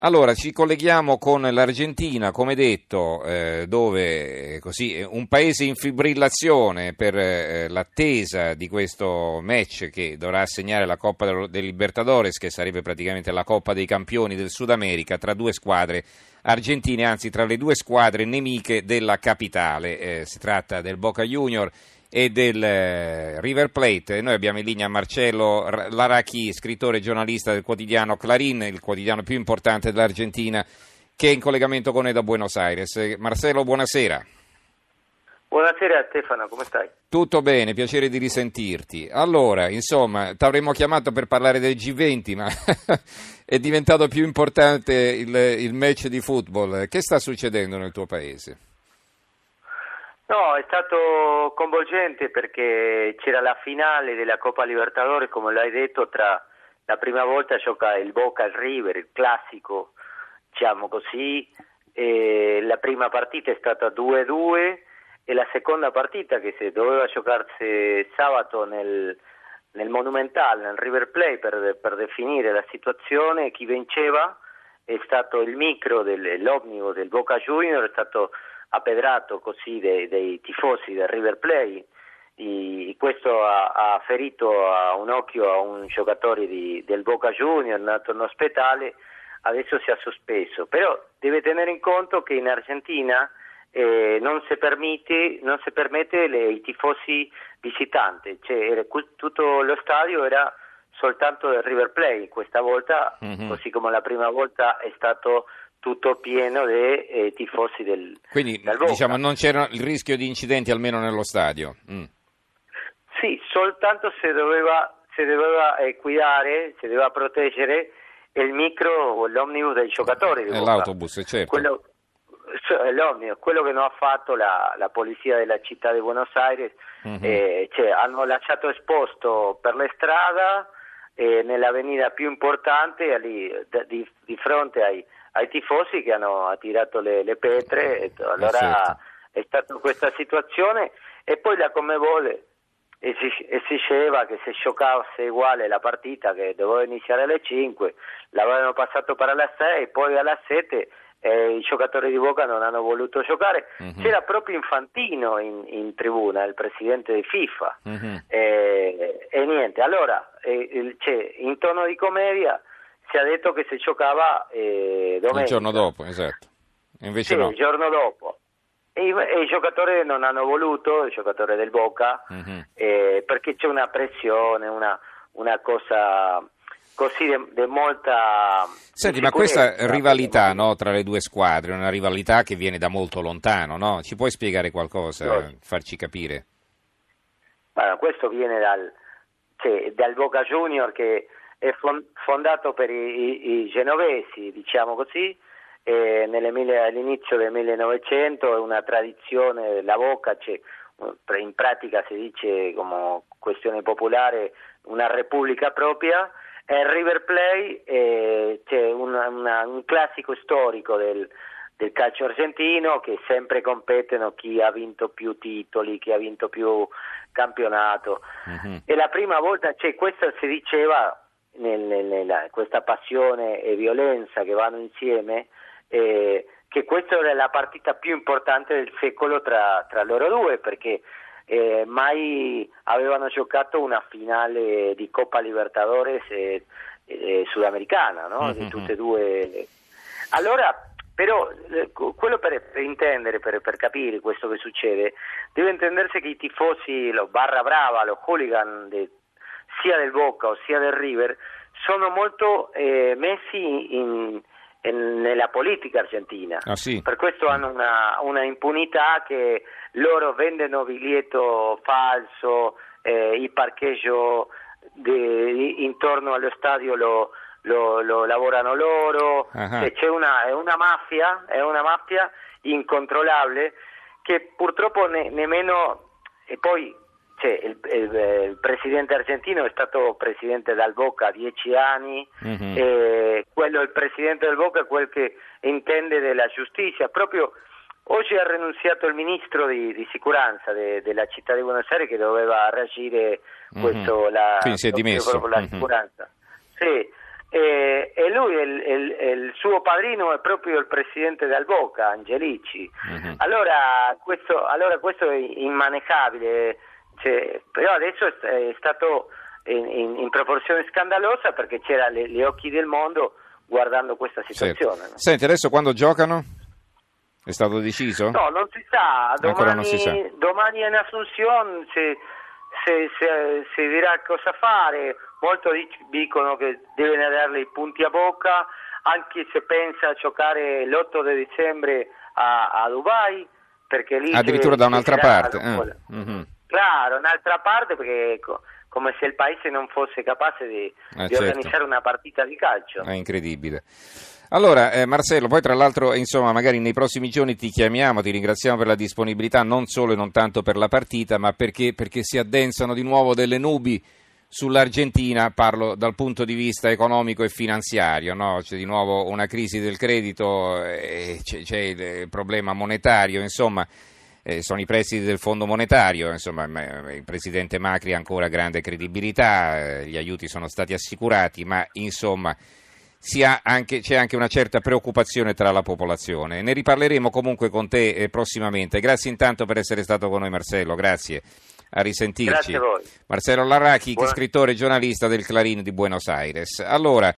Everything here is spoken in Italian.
Allora, ci colleghiamo con l'Argentina, come detto, dove così un paese in fibrillazione per l'attesa di questo match che dovrà assegnare la Coppa del Libertadores, che sarebbe praticamente la Coppa dei Campioni del Sud America, tra due squadre argentine, anzi tra le due squadre nemiche della capitale. Si tratta del Boca Junior e del River Plate. Noi abbiamo in linea Marcello Larraqui, scrittore e giornalista del quotidiano Clarín, il quotidiano più importante dell'Argentina, che è in collegamento con noi da Buenos Aires. Marcello, buonasera. Buonasera Stefano, come stai? Tutto bene, piacere di risentirti. Allora, insomma, ti avremmo chiamato per parlare del G20, ma è diventato più importante il match di football. Che sta succedendo nel tuo paese? No, è stato coinvolgente perché c'era la finale della Coppa Libertadores, come l'hai detto, tra la prima volta gioca il Boca e il River, il classico, diciamo così, e la prima partita è stata 2-2 e la seconda partita, che si doveva giocarsi sabato nel Monumental, nel River Plate, per definire la situazione, chi vinceva è stato il micro l'omnibus del Boca Junior, è stato appedrato così dei tifosi del River Plate. Questo ha ferito a un occhio a un giocatore del Boca Junior, è andato in ospedale, adesso si è sospeso, però deve tenere in conto che in Argentina non si permette i tifosi visitanti, cioè tutto lo stadio era soltanto del River Plate questa volta, così come la prima volta è stato tutto pieno di tifosi del Boca. Diciamo non c'era il rischio di incidenti almeno nello stadio. Sì, soltanto si doveva cuidare, si doveva proteggere il micro o l'omnibus dei giocatori di Boca. L'autobus, certo. L'omnibus, quello che non ha fatto la polizia della città di Buenos Aires, hanno lasciato esposto per la strada nell'avenida più importante lì, di fronte ai tifosi che hanno attirato le pietre. Allora certo. è stata questa situazione e poi la Conmebol esigeva che se giocasse uguale la partita, che doveva iniziare alle 5, l'avevano passato per alle 6, poi alle 7 i giocatori di Boca non hanno voluto giocare. C'era proprio Infantino in tribuna, il presidente di FIFA, e niente, allora in tono di commedia si è detto che si giocava domenica. Il giorno dopo, esatto. Invece sì, no. Il giorno dopo. E i giocatori non hanno voluto, i giocatori del Boca, perché c'è una pressione, una cosa così di molta... Senti, ma questa rivalità, no, tra le due squadre, una rivalità che viene da molto lontano, no? Ci puoi spiegare qualcosa, farci capire? Allora, questo viene dal Boca Junior, che è fondato per i genovesi, diciamo così, all'inizio del 1900, è una tradizione, la Boca, in pratica si dice come questione popolare una repubblica propria, e il River Plate c'è un classico storico del calcio argentino, che sempre competono chi ha vinto più titoli, chi ha vinto più campionato, e la prima volta questa si diceva questa passione e violenza che vanno insieme, che questa era la partita più importante del secolo tra loro due, perché mai avevano giocato una finale di Coppa Libertadores sudamericana, no? Di tutte e due. Allora, però, quello per intendere, per capire questo che succede, deve intendersi che i tifosi, lo barra brava, lo hooligan sia del Boca o sia del River, sono molto messi nella politica argentina. Sì. Per questo hanno una impunità, che loro vendono biglietto falso, il parcheggio intorno allo stadio lo lavorano loro. C'è una mafia incontrollabile, che purtroppo nemmeno, e poi il presidente argentino è stato presidente del Boca 10 anni, il presidente del Boca è quel che intende della giustizia. Proprio oggi ha rinunziato il ministro di sicurezza della città di Buenos Aires, che doveva reagire Quindi si è dimesso. la sicurezza. Sì, e lui, il suo padrino è proprio il presidente del Boca, Angelici. Mhm. Allora questo è immanejabile, però adesso è stato in proporzione scandalosa, perché c'era gli occhi del mondo guardando questa situazione. Certo. No? Senti, adesso quando giocano? È stato deciso? No, non si sa. Ancora non si sa. Domani in Asunción si dirà cosa fare. Molti dicono che deve darle i punti a Boca, anche se pensa a giocare l'8 di dicembre a Dubai, perché lì Addirittura da un'altra parte. Mm-hmm. Claro, un'altra parte, perché come se il paese non fosse capace di certo. organizzare una partita di calcio. È incredibile. Allora, Marcello, poi tra l'altro, insomma, magari nei prossimi giorni ti chiamiamo, ti ringraziamo per la disponibilità, non solo e non tanto per la partita, ma perché si addensano di nuovo delle nubi sull'Argentina, parlo dal punto di vista economico e finanziario, no? C'è di nuovo una crisi del credito, c'è il problema monetario, insomma. Sono i prestiti del Fondo Monetario, insomma, il presidente Macri ha ancora grande credibilità, gli aiuti sono stati assicurati, ma insomma c'è anche una certa preoccupazione tra la popolazione. Ne riparleremo comunque con te prossimamente. Grazie intanto per essere stato con noi, Marcello, grazie. A risentirci. Grazie a voi. Marcello Larraqui, scrittore e giornalista del Clarín di Buenos Aires. Allora,